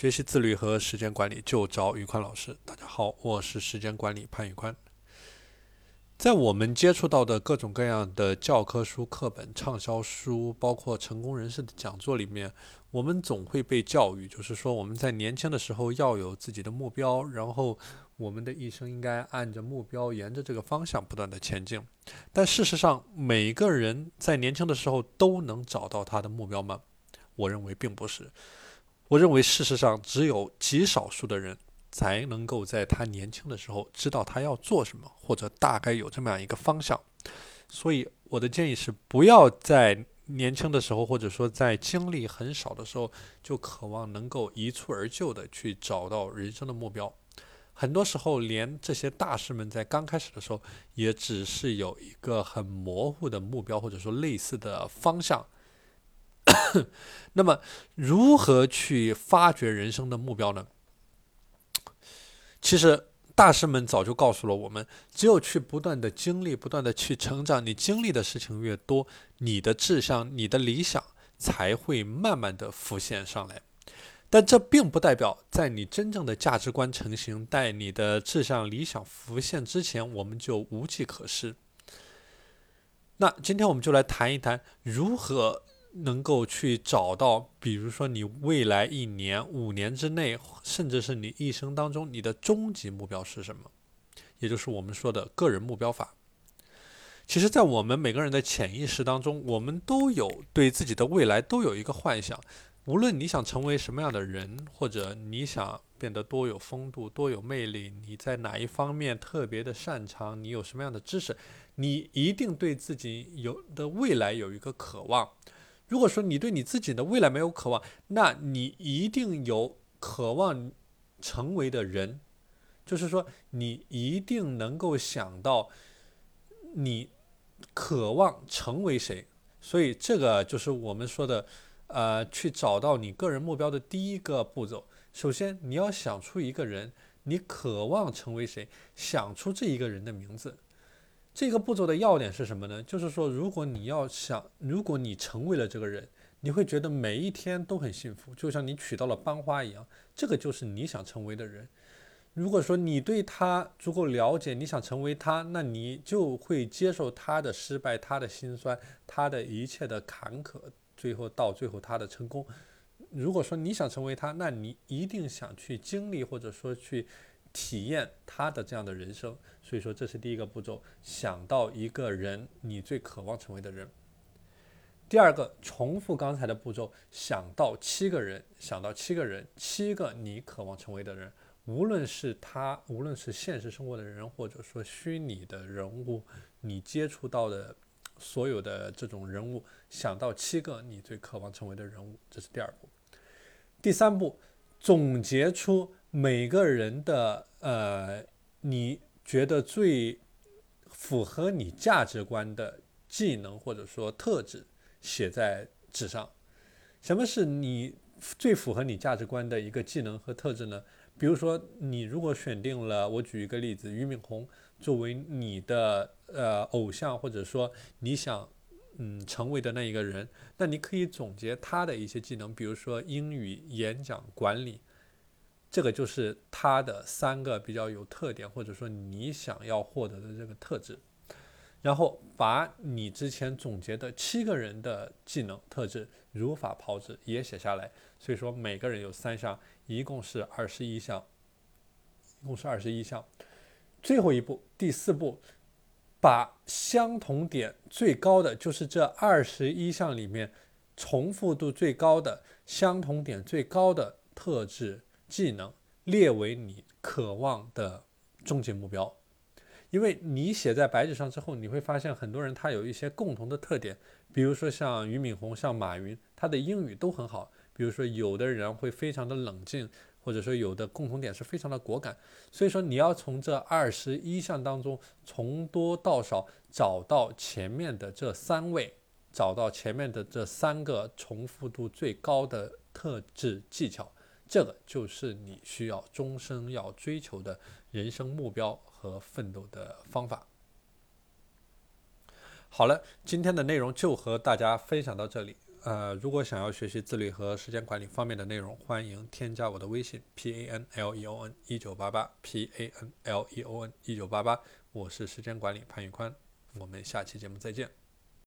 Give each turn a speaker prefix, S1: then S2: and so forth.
S1: 学习自律和时间管理就找宇宽老师。大家好，我是时间管理潘宇宽。在我们接触到的各种各样的教科书、课本、畅销书，包括成功人士的讲座里面，我们总会被教育，就是说我们在年轻的时候要有自己的目标，然后我们的一生应该按着目标，沿着这个方向不断的前进。但事实上，每个人在年轻的时候都能找到他的目标吗？我认为并不是。我认为事实上只有极少数的人才能够在他年轻的时候知道他要做什么，或者大概有这么样一个方向。所以我的建议是，不要在年轻的时候，或者说在精力很少的时候，就渴望能够一蹴而就的去找到人生的目标。很多时候，连这些大师们在刚开始的时候，也只是有一个很模糊的目标，或者说类似的方向。那么，如何去发掘人生的目标呢？其实，大师们早就告诉了我们，只有去不断的经历，不断的去成长，你经历的事情越多，你的志向、你的理想才会慢慢的浮现上来。但这并不代表，在你真正的价值观成型，在你的志向、理想浮现之前，我们就无计可施。那今天我们就来谈一谈如何能够去找到，比如说你未来1年、5年之内，甚至是你一生当中你的终极目标是什么，也就是我们说的个人目标法。其实在我们每个人的潜意识当中，我们都有对自己的未来都有一个幻想，无论你想成为什么样的人，或者你想变得多有风度、多有魅力，你在哪一方面特别的擅长，你有什么样的知识，你一定对自己有的未来有一个渴望。如果说你对你自己的未来没有渴望，那你一定有渴望成为的人，就是说你一定能够想到你渴望成为谁。所以这个就是我们说的，去找到你个人目标的第一个步骤。首先，你要想出一个人，你渴望成为谁，想出这一个人的名字。这个步骤的要点是什么呢？就是说，如果你成为了这个人，你会觉得每一天都很幸福，就像你娶到了班花一样。这个就是你想成为的人。如果说你对他足够了解，你想成为他，那你就会接受他的失败、他的辛酸、他的一切的坎坷，最后他的成功。如果说你想成为他，那你一定想去经历或者说去体验他的这样的人生。所以说这是第一个步骤，想到一个人你最渴望成为的人。第二个，重复刚才的步骤，想到7个人，想到7个人，7个你渴望成为的人，无论是现实生活的人，或者说虚拟的人物，你接触到的所有的这种人物，想到7个你最渴望成为的人物，这是第二步。第三步，总结出每个人的你觉得最符合你价值观的技能或者说特质，写在纸上。什么是你最符合你价值观的一个技能和特质呢？比如说，你如果选定了，我举一个例子，俞敏洪作为你的偶像，或者说你想成为的那一个人，那你可以总结他的一些技能，比如说英语、演讲、管理，这个就是他的3个比较有特点，或者说你想要获得的这个特质。然后把你之前总结的7个人的技能特质如法炮制也写下来。所以说每个人有3项，一共是21项，最后一步，第4步，把相同点最高的，就是这21项里面重复度最高的、相同点最高的特质技能列为你渴望的终极目标。因为你写在白纸上之后，你会发现很多人他有一些共同的特点，比如说像俞敏洪、像马云，他的英语都很好。比如说有的人会非常的冷静，或者说有的共同点是非常的果敢。所以说你要从这21项当中从多到少找到前面的这3位，找到前面的这3个重复度最高的特质技巧，这个就是你需要终身要追求的人生目标和奋斗的方法。好了，今天的内容就和大家分享到这里。 如果想要学习自律和时间管理方面的内容，欢迎添加我的微信 PANLEON1988 PANLEON1988，我是时间管理潘宇宽，我们下期节目再见。